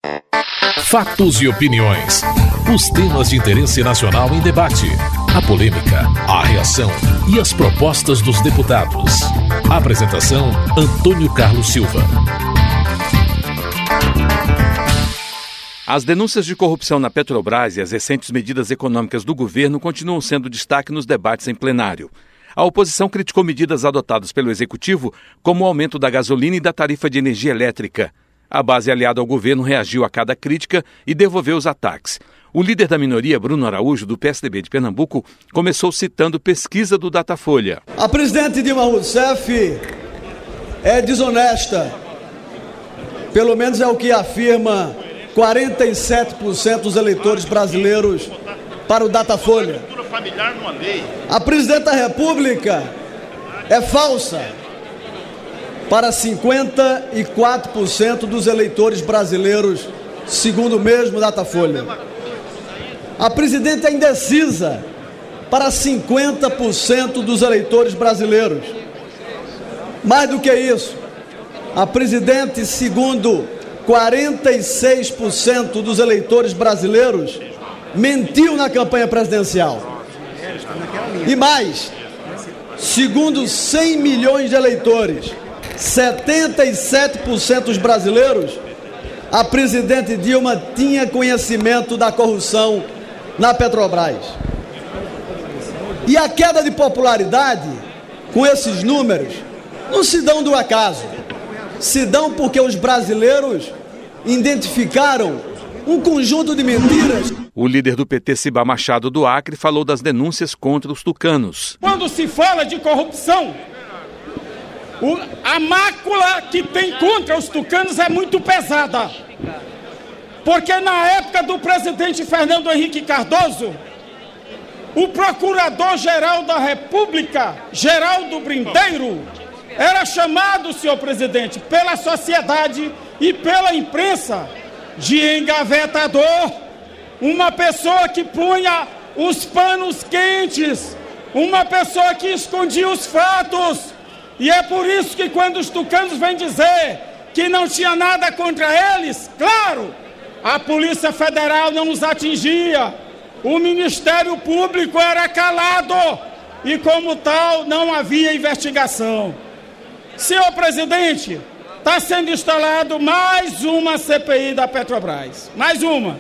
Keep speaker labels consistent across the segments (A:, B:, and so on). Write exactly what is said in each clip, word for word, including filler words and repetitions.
A: Fatos e opiniões. Os temas de interesse nacional em debate. A polêmica, a reação e as propostas dos deputados. Apresentação: Antônio Carlos Silva.
B: As denúncias de corrupção na Petrobras e as recentes medidas econômicas do governo continuam sendo destaque nos debates em plenário. A oposição criticou medidas adotadas pelo Executivo, como o aumento da gasolina e da tarifa de energia elétrica. A base aliada ao governo reagiu a cada crítica e devolveu os ataques. O líder da minoria, Bruno Araújo, do P S D B de Pernambuco, começou citando pesquisa do Datafolha.
C: A presidente Dilma Rousseff é desonesta. Pelo menos é o que afirma quarenta e sete por cento dos eleitores brasileiros para o Datafolha. A presidente da República é falsa para cinquenta e quatro por cento dos eleitores brasileiros, segundo o mesmo Datafolha. A presidente é indecisa para cinquenta por cento dos eleitores brasileiros. Mais do que isso, a presidente, segundo quarenta e seis por cento dos eleitores brasileiros, mentiu na campanha presidencial. E mais, segundo cem milhões de eleitores, setenta e sete por cento dos brasileiros, a presidente Dilma tinha conhecimento da corrupção na Petrobras. E a queda de popularidade, com esses números, não se dão do acaso. Se dão porque os brasileiros identificaram um conjunto de mentiras.
B: O líder do P T, Ciba Machado do Acre, falou das denúncias contra os tucanos.
D: Quando se fala de corrupção, o, a mácula que tem contra os tucanos é muito pesada. Porque na época do presidente Fernando Henrique Cardoso, o procurador-geral da República, Geraldo Brindeiro, era chamado, senhor presidente, pela sociedade e pela imprensa de engavetador, uma pessoa que punha os panos quentes, uma pessoa que escondia os fatos. E é por isso que quando os tucanos vêm dizer que não tinha nada contra eles, claro, a Polícia Federal não os atingia, o Ministério Público era calado e, como tal, não havia investigação. Senhor presidente, está sendo instalado mais uma C P I da Petrobras, mais uma.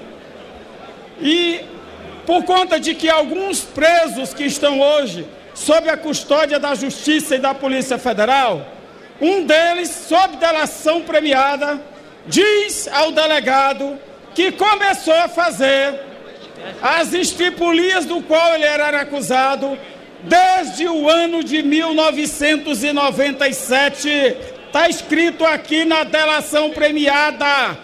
D: E por conta de que alguns presos que estão hoje sob a custódia da Justiça e da Polícia Federal, um deles, sob delação premiada, diz ao delegado que começou a fazer as estripulias do qual ele era acusado desde o ano de mil novecentos e noventa e sete, está escrito aqui na delação premiada.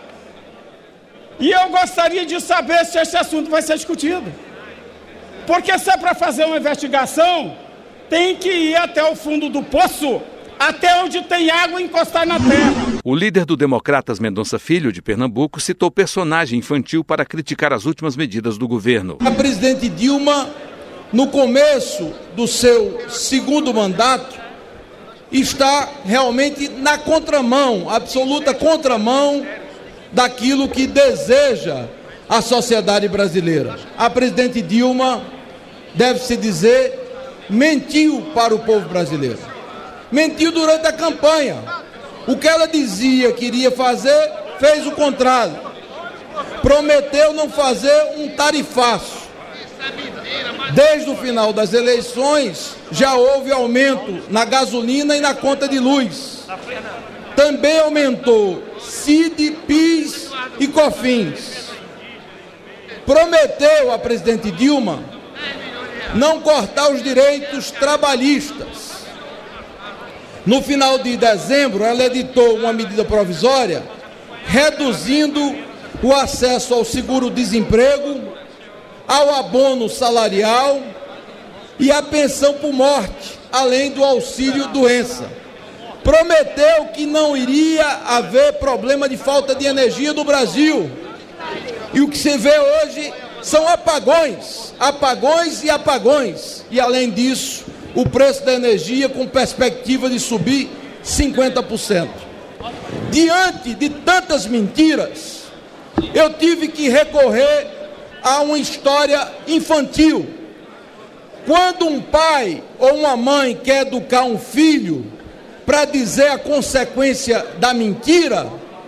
D: E eu gostaria de saber se esse assunto vai ser discutido. Porque se é para fazer uma investigação, tem que ir até o fundo do poço, até onde tem água e encostar na terra.
B: O líder do Democratas, Mendonça Filho, de Pernambuco, citou personagem infantil para criticar as últimas medidas do governo.
E: A presidente Dilma, no começo do seu segundo mandato, está realmente na contramão, absoluta contramão daquilo que deseja a sociedade brasileira. A presidente Dilma, deve-se dizer, mentiu para o povo brasileiro. Mentiu durante a campanha. O que ela dizia que iria fazer, fez o contrário. Prometeu não fazer um tarifaço. Desde o final das eleições, já houve aumento na gasolina e na conta de luz. Também aumentou C I D, PIS e COFINS. Prometeu a presidente Dilma não cortar os direitos trabalhistas. No final de dezembro, ela editou uma medida provisória reduzindo o acesso ao seguro-desemprego, ao abono salarial e à pensão por morte, além do auxílio-doença. Prometeu que não iria haver problema de falta de energia no Brasil. E o que se vê hoje são apagões, apagões e apagões. E, além disso, o preço da energia com perspectiva de subir cinquenta por cento. Diante de tantas mentiras, eu tive que recorrer a uma história infantil. Quando um pai ou uma mãe quer educar um filho para dizer a consequência da mentira,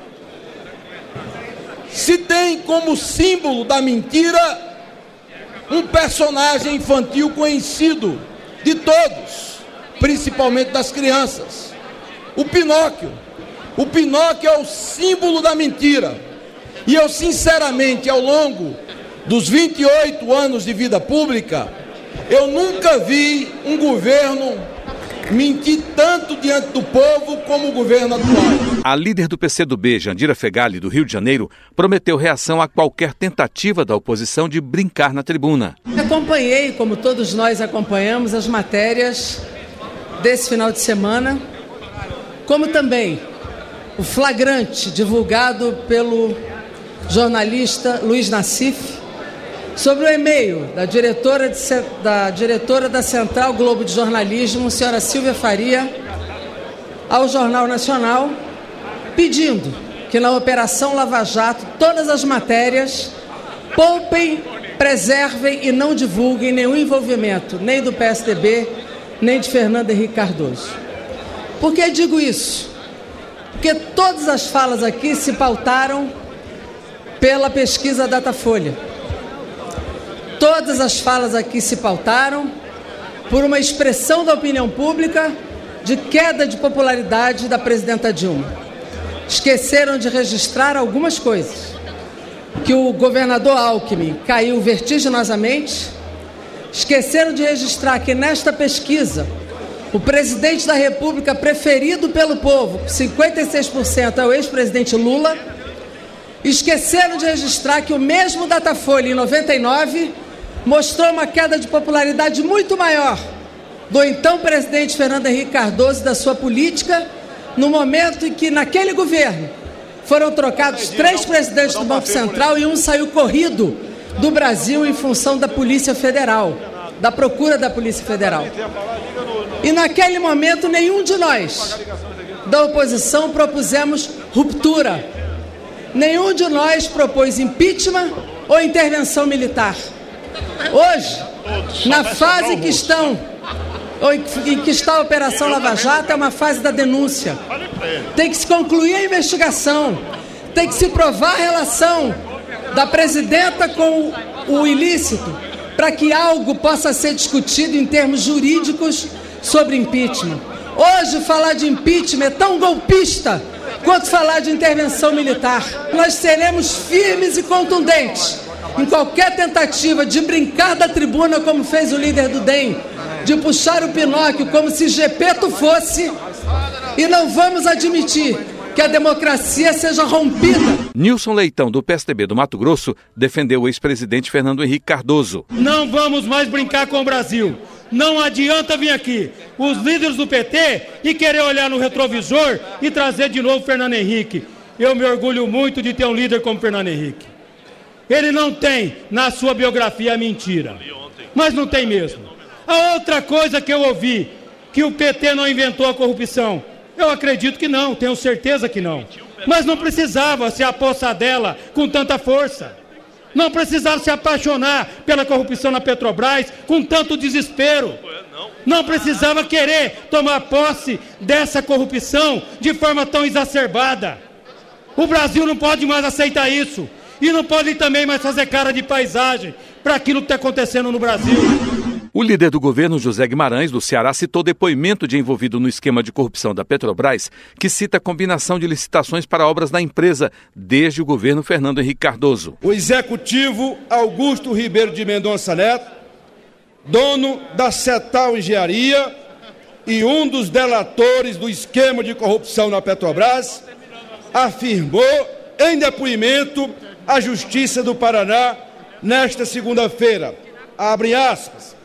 E: se tem como símbolo da mentira um personagem infantil conhecido de todos, principalmente das crianças, o Pinóquio. O Pinóquio é o símbolo da mentira. E eu, sinceramente, ao longo dos vinte e oito anos de vida pública, eu nunca vi um governo mentir tanto diante do povo como o governo atual.
B: A líder do P C do B, Jandira Fegali, do Rio de Janeiro, prometeu reação a qualquer tentativa da oposição de brincar na tribuna.
F: Acompanhei, como todos nós acompanhamos, as matérias desse final de semana, como também o flagrante divulgado pelo jornalista Luiz Nassif sobre o e-mail da diretora, de, da diretora da Central Globo de Jornalismo, senhora Silvia Faria, ao Jornal Nacional, pedindo que na Operação Lava Jato todas as matérias poupem, preservem e não divulguem nenhum envolvimento, nem do P S D B, nem de Fernando Henrique Cardoso. Por que digo isso? Porque todas as falas aqui se pautaram pela pesquisa Datafolha. Todas as falas aqui se pautaram por uma expressão da opinião pública de queda de popularidade da presidenta Dilma. Esqueceram de registrar algumas coisas. Que o governador Alckmin caiu vertiginosamente. Esqueceram de registrar que nesta pesquisa o presidente da República preferido pelo povo, cinquenta e seis por cento, é o ex-presidente Lula. Esqueceram de registrar que o mesmo Datafolha, em noventa e nove, mostrou uma queda de popularidade muito maior do então presidente Fernando Henrique Cardoso e da sua política, no momento em que, naquele governo, foram trocados três presidentes do Banco Central e um saiu corrido do Brasil em função da Polícia Federal, da procura da Polícia Federal. E naquele momento, nenhum de nós da oposição propusemos ruptura. Nenhum de nós propôs impeachment ou intervenção militar. Hoje, na fase que estão, ou em que está a Operação Lava Jato, é uma fase da denúncia. Tem que se concluir a investigação, tem que se provar a relação da presidenta com o ilícito, para que algo possa ser discutido em termos jurídicos sobre impeachment. Hoje, falar de impeachment é tão golpista quanto falar de intervenção militar. Nós seremos firmes e contundentes em qualquer tentativa de brincar da tribuna, como fez o líder do D E M, de puxar o Pinóquio como se Gepeto fosse, e não vamos admitir que a democracia seja rompida.
B: Nilson Leitão, do P S D B do Mato Grosso, defendeu o ex-presidente Fernando Henrique Cardoso.
D: Não vamos mais brincar com o Brasil. Não adianta vir aqui, os líderes do P T, e querer olhar no retrovisor e trazer de novo Fernando Henrique. Eu me orgulho muito de ter um líder como Fernando Henrique. Ele não tem na sua biografia a mentira, mas não tem mesmo. A outra coisa que eu ouvi, que o P T não inventou a corrupção, eu acredito que não, tenho certeza que não. Mas não precisava se apossar dela com tanta força. Não precisava se apaixonar pela corrupção na Petrobras com tanto desespero. Não precisava querer tomar posse dessa corrupção de forma tão exacerbada. O Brasil não pode mais aceitar isso. E não pode também mais fazer cara de paisagem para aquilo que está acontecendo no Brasil.
B: O líder do governo, José Guimarães, do Ceará, citou depoimento de envolvido no esquema de corrupção da Petrobras, que cita a combinação de licitações para obras da empresa desde o governo Fernando Henrique Cardoso.
G: O executivo Augusto Ribeiro de Mendonça Neto, dono da Cetal Engenharia e um dos delatores do esquema de corrupção na Petrobras, afirmou em depoimento à Justiça do Paraná nesta segunda-feira, abre aspas,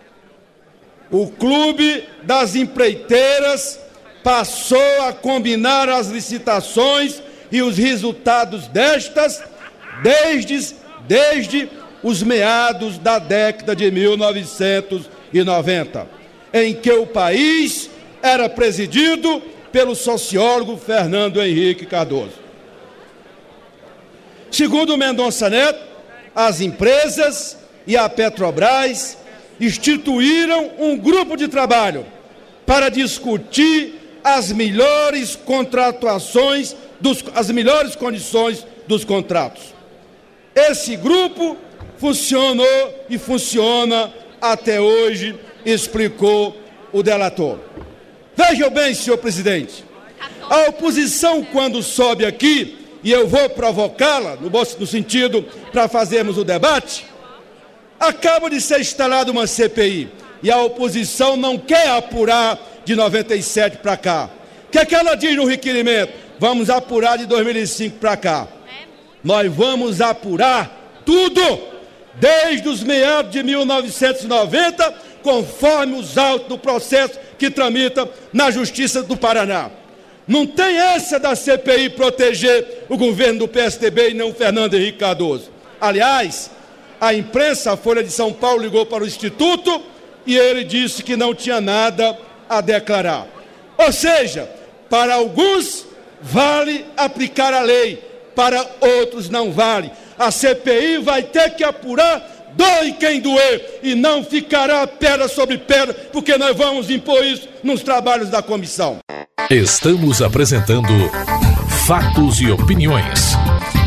G: o Clube das Empreiteiras passou a combinar as licitações e os resultados destas desde, desde os meados da década de mil novecentos e noventa, em que o país era presidido pelo sociólogo Fernando Henrique Cardoso. Segundo Mendonça Neto, as empresas e a Petrobras instituíram um grupo de trabalho para discutir as melhores contratuações, dos, as melhores condições dos contratos. Esse grupo funcionou e funciona até hoje, explicou o delator. Veja bem, senhor presidente, a oposição, quando sobe aqui, e eu vou provocá-la, no, no sentido para fazermos o debate, acaba de ser instalada uma C P I, e a oposição não quer apurar de noventa e sete para cá. O que é que ela diz no requerimento? Vamos apurar de dois mil e cinco para cá. Nós vamos apurar tudo, desde os meados de mil novecentos e noventa, conforme os autos do processo que tramita na Justiça do Paraná. Não tem essa da C P I proteger o governo do P S D B e não o Fernando Henrique Cardoso. Aliás, a imprensa, a Folha de São Paulo, ligou para o Instituto e ele disse que não tinha nada a declarar. Ou seja, para alguns vale aplicar a lei, para outros não vale. A C P I vai ter que apurar, doe quem doer, e não ficará pedra sobre pedra, porque nós vamos impor isso nos trabalhos da comissão.
A: Estamos apresentando Fatos e Opiniões.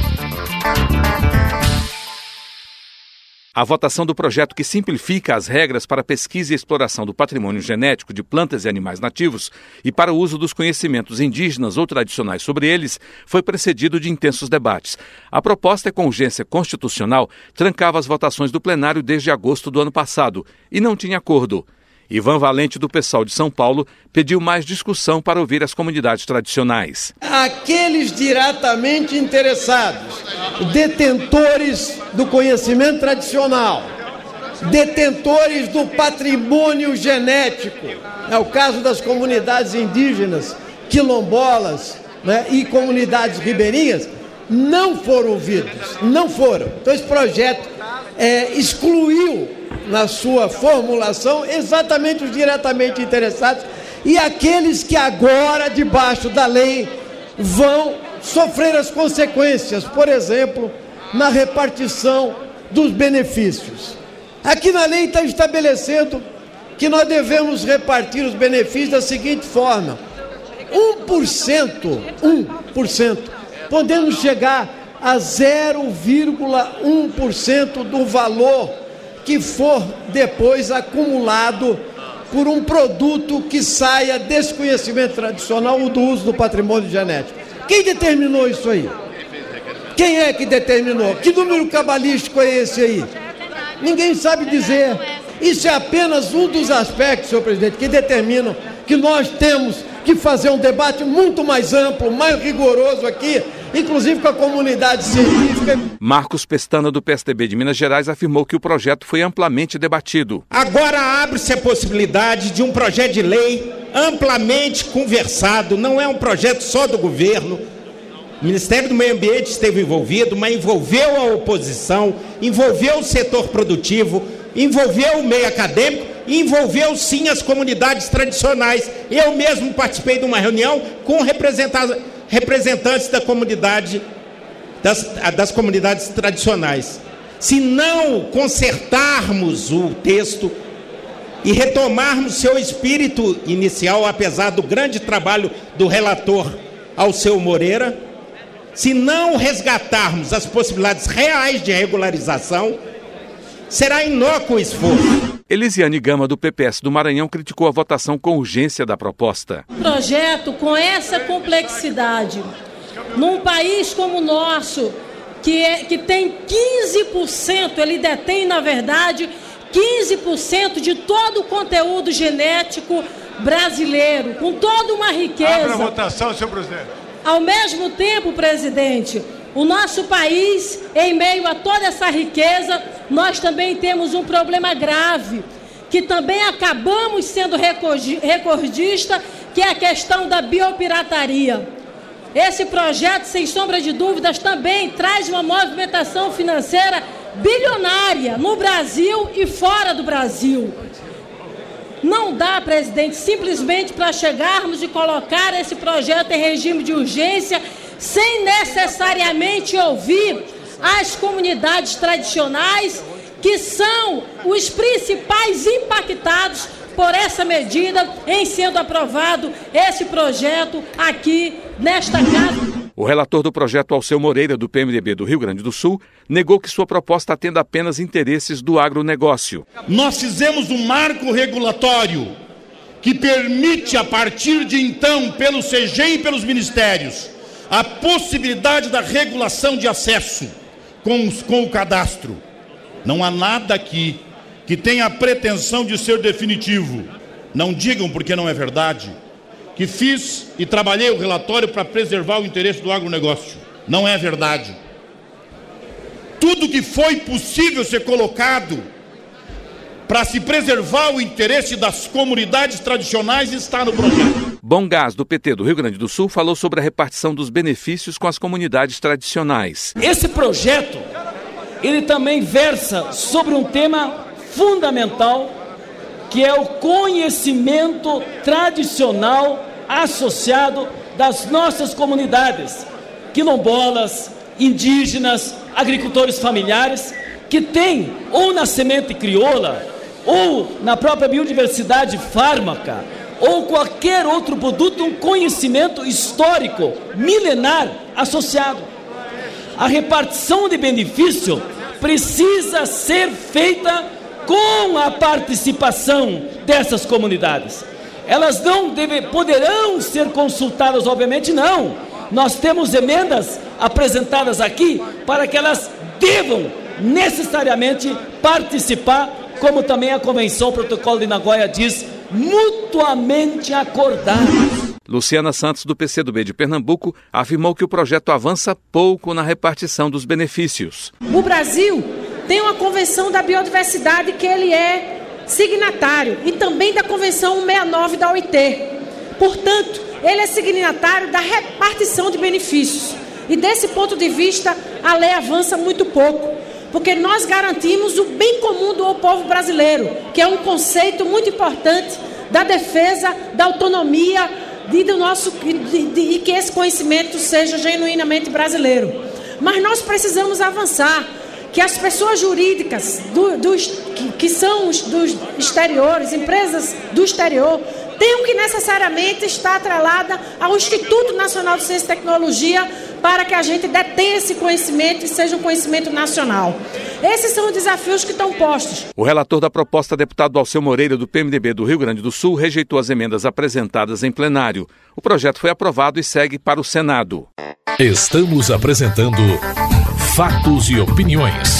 B: A votação do projeto que simplifica as regras para a pesquisa e exploração do patrimônio genético de plantas e animais nativos e para o uso dos conhecimentos indígenas ou tradicionais sobre eles foi precedido de intensos debates. A proposta com urgência constitucional trancava as votações do plenário desde agosto do ano passado e não tinha acordo. Ivan Valente, do PSOL de São Paulo, pediu mais discussão para ouvir as comunidades tradicionais.
H: Aqueles diretamente interessados, detentores do conhecimento tradicional, detentores do patrimônio genético, é o caso das comunidades indígenas, quilombolas, né, e comunidades ribeirinhas, não foram ouvidos, não foram. Então esse projeto é, excluiu na sua formulação exatamente os diretamente interessados e aqueles que agora, debaixo da lei, vão sofrer as consequências, por exemplo, na repartição dos benefícios. Aqui na lei está estabelecendo que nós devemos repartir os benefícios da seguinte forma: um por cento, um por cento, podendo chegar a zero vírgula um por cento do valor que for depois acumulado por um produto que saia desse conhecimento tradicional ou do uso do patrimônio genético. Quem determinou isso aí? Quem é que determinou? Que número cabalístico é esse aí? Ninguém sabe dizer. Isso é apenas um dos aspectos, senhor presidente, que determinam que nós temos que fazer um debate muito mais amplo, mais rigoroso aqui, inclusive com a comunidade científica.
B: Marcos Pestana, do P S D B de Minas Gerais, afirmou que o projeto foi amplamente debatido.
I: Agora abre-se a possibilidade de um projeto de lei amplamente conversado, não é um projeto só do governo. O Ministério do Meio Ambiente esteve envolvido, mas envolveu a oposição, envolveu o setor produtivo, envolveu o meio acadêmico, envolveu sim as comunidades tradicionais. Eu mesmo participei de uma reunião com representantes da comunidade, das, das comunidades tradicionais. Se não consertarmos o texto e retomarmos seu espírito inicial, apesar do grande trabalho do relator Alceu Moreira, se não resgatarmos as possibilidades reais de regularização, será inócuo o esforço.
B: Elisiane Gama, do P P S do Maranhão, criticou a votação com urgência da proposta.
J: Projeto com essa complexidade, num país como o nosso, que, é, que tem quinze por cento, ele detém, na verdade, quinze por cento de todo o conteúdo genético brasileiro, com toda uma riqueza.
K: Abra a votação, senhor presidente.
J: Ao mesmo tempo, presidente, o nosso país, em meio a toda essa riqueza, nós também temos um problema grave, que também acabamos sendo recordista, que é a questão da biopirataria. Esse projeto, sem sombra de dúvidas, também traz uma movimentação financeira bilionária no Brasil e fora do Brasil. Não dá, presidente, simplesmente para chegarmos e colocar esse projeto em regime de urgência sem necessariamente ouvir às comunidades tradicionais, que são os principais impactados por essa medida, em sendo aprovado esse projeto aqui nesta casa.
B: O relator do projeto, Alceu Moreira, do P M D B do Rio Grande do Sul, negou que sua proposta atenda apenas interesses do agronegócio.
K: Nós fizemos um marco regulatório que permite, a partir de então, pelo C G E e pelos ministérios, a possibilidade da regulação de acesso com, os, com o cadastro. Não há nada aqui que tenha a pretensão de ser definitivo. Não digam, porque não é verdade, que fiz e trabalhei o relatório para preservar o interesse do agronegócio. Não é verdade. Tudo que foi possível ser colocado para se preservar o interesse das comunidades tradicionais está no projeto.
B: Bom Gás, do P T do Rio Grande do Sul, falou sobre a repartição dos benefícios com as comunidades tradicionais.
L: Esse projeto, ele também versa sobre um tema fundamental, que é o conhecimento tradicional associado das nossas comunidades, quilombolas, indígenas, agricultores familiares, que têm, ou na semente crioula, ou na própria biodiversidade fármaca, ou qualquer outro produto, um conhecimento histórico, milenar, associado. A repartição de benefício precisa ser feita com a participação dessas comunidades. Elas não deve, poderão ser consultadas, obviamente não. Nós temos emendas apresentadas aqui para que elas devam necessariamente participar, como também a Convenção, o Protocolo de Nagoya diz, mutuamente acordados.
B: Luciana Santos, do P C do B de Pernambuco, afirmou que o projeto avança pouco na repartição dos benefícios.
M: O Brasil tem uma Convenção da Biodiversidade que ele é signatário e também da Convenção cento e sessenta e nove da O I T. Portanto, ele é signatário da repartição de benefícios. E desse ponto de vista, a lei avança muito pouco, porque nós garantimos o bem comum do povo brasileiro, que é um conceito muito importante da defesa da autonomia e do nosso, de, de, e que esse conhecimento seja genuinamente brasileiro. Mas nós precisamos avançar, que as pessoas jurídicas do, dos, que, que são os, dos exteriores, empresas do exterior, tenham que necessariamente estar atrelada ao Instituto Nacional de Ciência e Tecnologia para que a gente detenha esse conhecimento e seja um conhecimento nacional. Esses são os desafios que estão postos.
B: O relator da proposta, deputado Alceu Moreira, do P M D B do Rio Grande do Sul, rejeitou as emendas apresentadas em plenário. O projeto foi aprovado e segue para o Senado.
A: Estamos apresentando Fatos e Opiniões.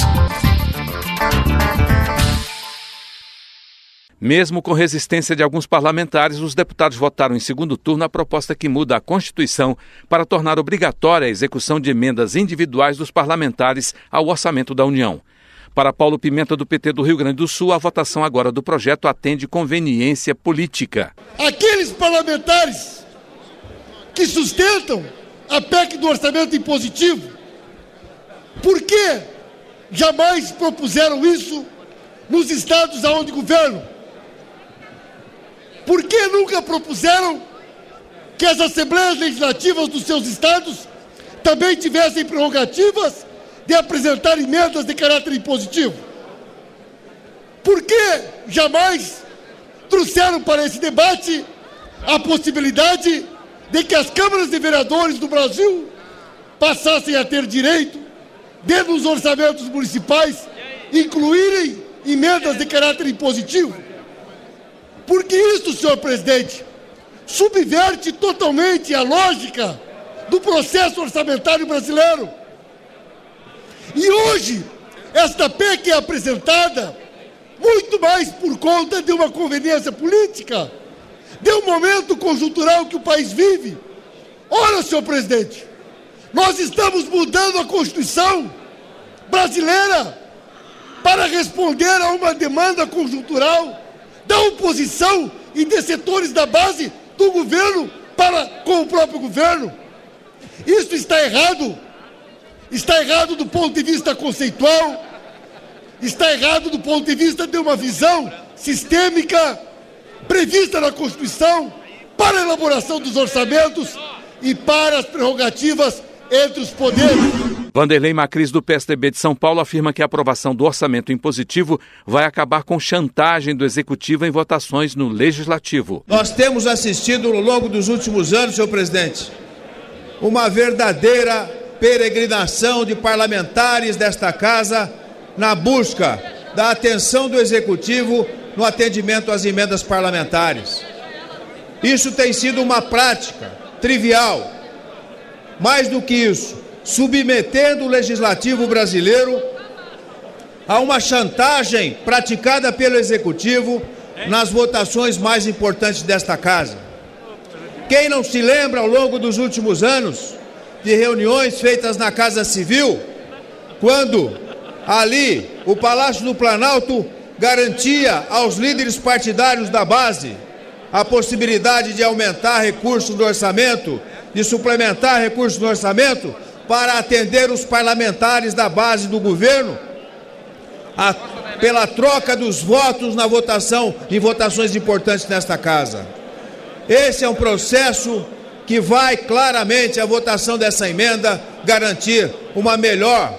B: Mesmo com resistência de alguns parlamentares, os deputados votaram em segundo turno a proposta que muda a Constituição para tornar obrigatória a execução de emendas individuais dos parlamentares ao orçamento da União. Para Paulo Pimenta, do P T do Rio Grande do Sul, a votação agora do projeto atende conveniência política.
N: Aqueles parlamentares que sustentam a P E C do orçamento impositivo, por que jamais propuseram isso nos estados onde governam? Por que nunca propuseram que as assembleias legislativas dos seus estados também tivessem prerrogativas de apresentar emendas de caráter impositivo? Por que jamais trouxeram para esse debate a possibilidade de que as câmaras de vereadores do Brasil passassem a ter direito, dentro dos orçamentos municipais, incluírem emendas de caráter impositivo? Porque isso, senhor presidente, subverte totalmente a lógica do processo orçamentário brasileiro. E hoje, esta P E C é apresentada muito mais por conta de uma conveniência política, de um momento conjuntural que o país vive. Ora, senhor presidente, nós estamos mudando a Constituição brasileira para responder a uma demanda conjuntural da oposição e de setores da base do governo para com o próprio governo. Isso está errado. Está errado do ponto de vista conceitual, está errado do ponto de vista de uma visão sistêmica prevista na Constituição para a elaboração dos orçamentos e para as prerrogativas entre os poderes.
B: Vanderlei Macris, do P S D B de São Paulo, afirma que a aprovação do orçamento impositivo vai acabar com chantagem do Executivo em votações no Legislativo.
O: Nós temos assistido ao longo dos últimos anos, senhor presidente, uma verdadeira peregrinação de parlamentares desta casa na busca da atenção do Executivo no atendimento às emendas parlamentares. Isso tem sido uma prática trivial. Mais do que isso, submetendo o Legislativo brasileiro a uma chantagem praticada pelo Executivo nas votações mais importantes desta casa. Quem não se lembra, ao longo dos últimos anos, de reuniões feitas na Casa Civil, quando ali o Palácio do Planalto garantia aos líderes partidários da base a possibilidade de aumentar recursos do orçamento, de suplementar recursos do orçamento para atender os parlamentares da base do governo, a, pela troca dos votos na votação, em votações importantes nesta casa. Esse é um processo que vai claramente, a votação dessa emenda, garantir uma melhor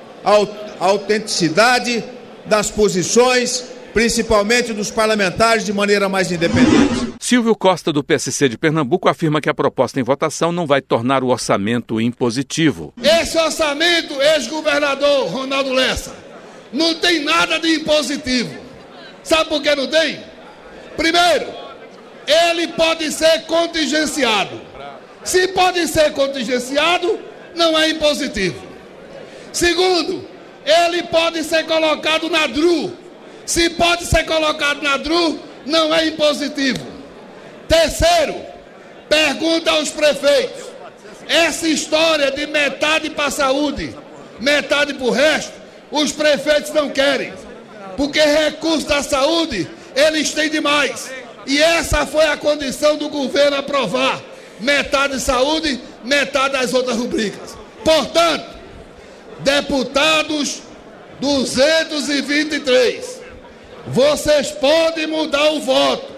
O: autenticidade das posições, principalmente dos parlamentares, de maneira mais independente.
B: Silvio Costa, do P S C de Pernambuco, afirma que a proposta em votação não vai tornar o orçamento impositivo.
N: Esse orçamento, ex-governador Ronaldo Lessa, não tem nada de impositivo. Sabe por que não tem? Primeiro, ele pode ser contingenciado. Se pode ser contingenciado, não é impositivo. Segundo, ele pode ser colocado na D R U. Se pode ser colocado na D R U, não é impositivo. Terceiro, pergunta aos prefeitos. Essa história de metade para a saúde, metade para o resto, os prefeitos não querem. Porque recursos da saúde, eles têm demais. E essa foi a condição do governo aprovar. Metade saúde, metade das outras rubricas. Portanto, deputados duzentos e vinte e três, vocês podem mudar o voto.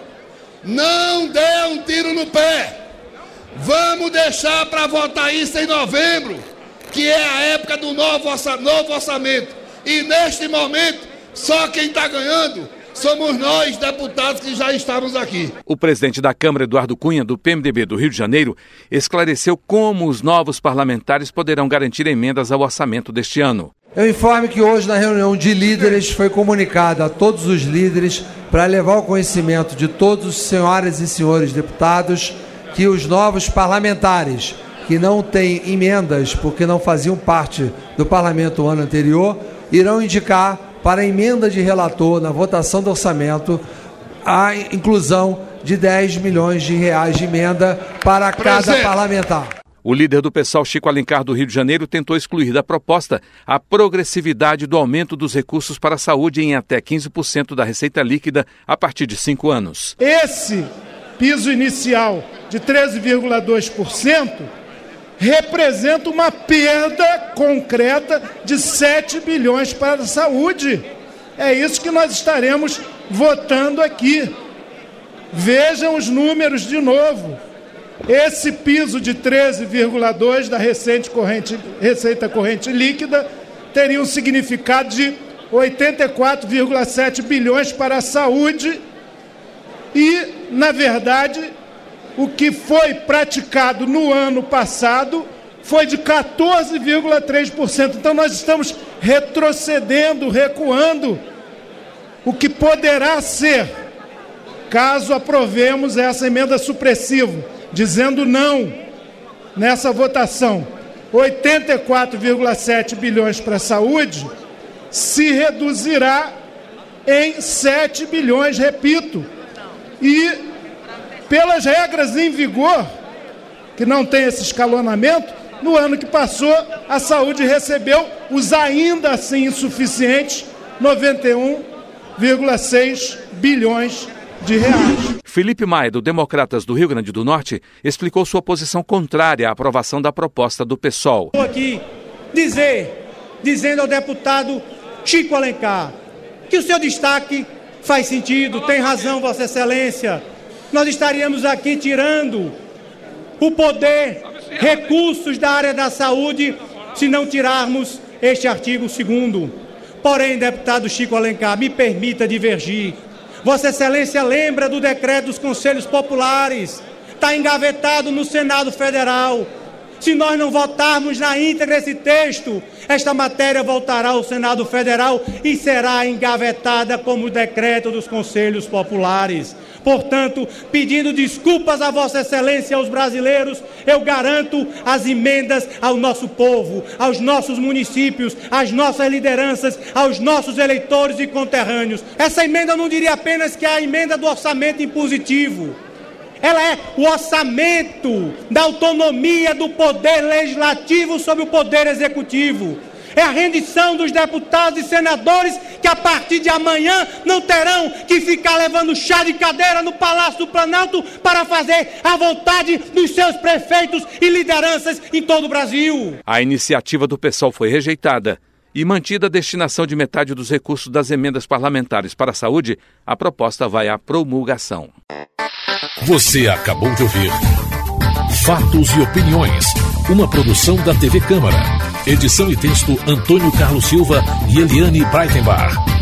N: Não dê um tiro no pé. Vamos deixar para votar isso em novembro, que é a época do novo orçamento. E neste momento, só quem está ganhando somos nós, deputados, que já estamos aqui.
B: O presidente da Câmara, Eduardo Cunha, do P M D B do Rio de Janeiro, esclareceu como os novos parlamentares poderão garantir emendas ao orçamento deste ano.
P: Eu informo que hoje, na reunião de líderes, foi comunicado a todos os líderes para levar ao conhecimento de todos os senhoras e senhores deputados que os novos parlamentares que não têm emendas porque não faziam parte do parlamento no ano anterior, irão indicar para a emenda de relator na votação do orçamento a inclusão de dez milhões de reais de emenda para cada Presente. parlamentar.
B: O líder do PSOL, Chico Alencar, do Rio de Janeiro, tentou excluir da proposta a progressividade do aumento dos recursos para a saúde em até quinze por cento da receita líquida a partir de cinco anos.
D: Esse piso inicial de treze vírgula dois por cento representa uma perda concreta de sete bilhões para a saúde. É isso que nós estaremos votando aqui. Vejam os números de novo. Esse piso de treze vírgula dois por cento da receita corrente, receita corrente líquida teria um significado de oitenta e quatro vírgula sete bilhões para a saúde e, na verdade, o que foi praticado no ano passado foi de quatorze vírgula três por cento. Então nós estamos retrocedendo, recuando, o que poderá ser, caso aprovemos essa emenda supressiva, dizendo não nessa votação, oitenta e quatro vírgula sete bilhões para a saúde, se reduzirá em sete bilhões, repito. E, pelas regras em vigor, que não tem esse escalonamento, no ano que passou, a saúde recebeu os ainda assim insuficientes noventa e um vírgula seis bilhões de reais.
B: Felipe Maia, do Democratas do Rio Grande do Norte, explicou sua posição contrária à aprovação da proposta do PSOL.
Q: Estou aqui dizer, dizendo ao deputado Chico Alencar, que o seu destaque faz sentido, tem razão, Vossa Excelência. Nós estaríamos aqui tirando o poder recursos da área da saúde se não tirarmos este artigo segundo. Porém, deputado Chico Alencar, me permita divergir. Vossa Excelência lembra do decreto dos Conselhos Populares, está engavetado no Senado Federal. Se nós não votarmos na íntegra esse texto, esta matéria voltará ao Senado Federal e será engavetada como o decreto dos Conselhos Populares. Portanto, pedindo desculpas a Vossa Excelência e aos brasileiros, eu garanto as emendas ao nosso povo, aos nossos municípios, às nossas lideranças, aos nossos eleitores e conterrâneos. Essa emenda eu não diria apenas que é a emenda do orçamento impositivo. Ela é o orçamento da autonomia do poder legislativo sobre o poder executivo. É a rendição dos deputados e senadores que a partir de amanhã não terão que ficar levando chá de cadeira no Palácio do Planalto para fazer a vontade dos seus prefeitos e lideranças em todo o Brasil.
B: A iniciativa do PSOL foi rejeitada e mantida a destinação de metade dos recursos das emendas parlamentares para a saúde, a proposta vai à promulgação.
A: Você acabou de ouvir Fatos e Opiniões, uma produção da T V Câmara. Edição e texto Antônio Carlos Silva e Eliane Breitenbach.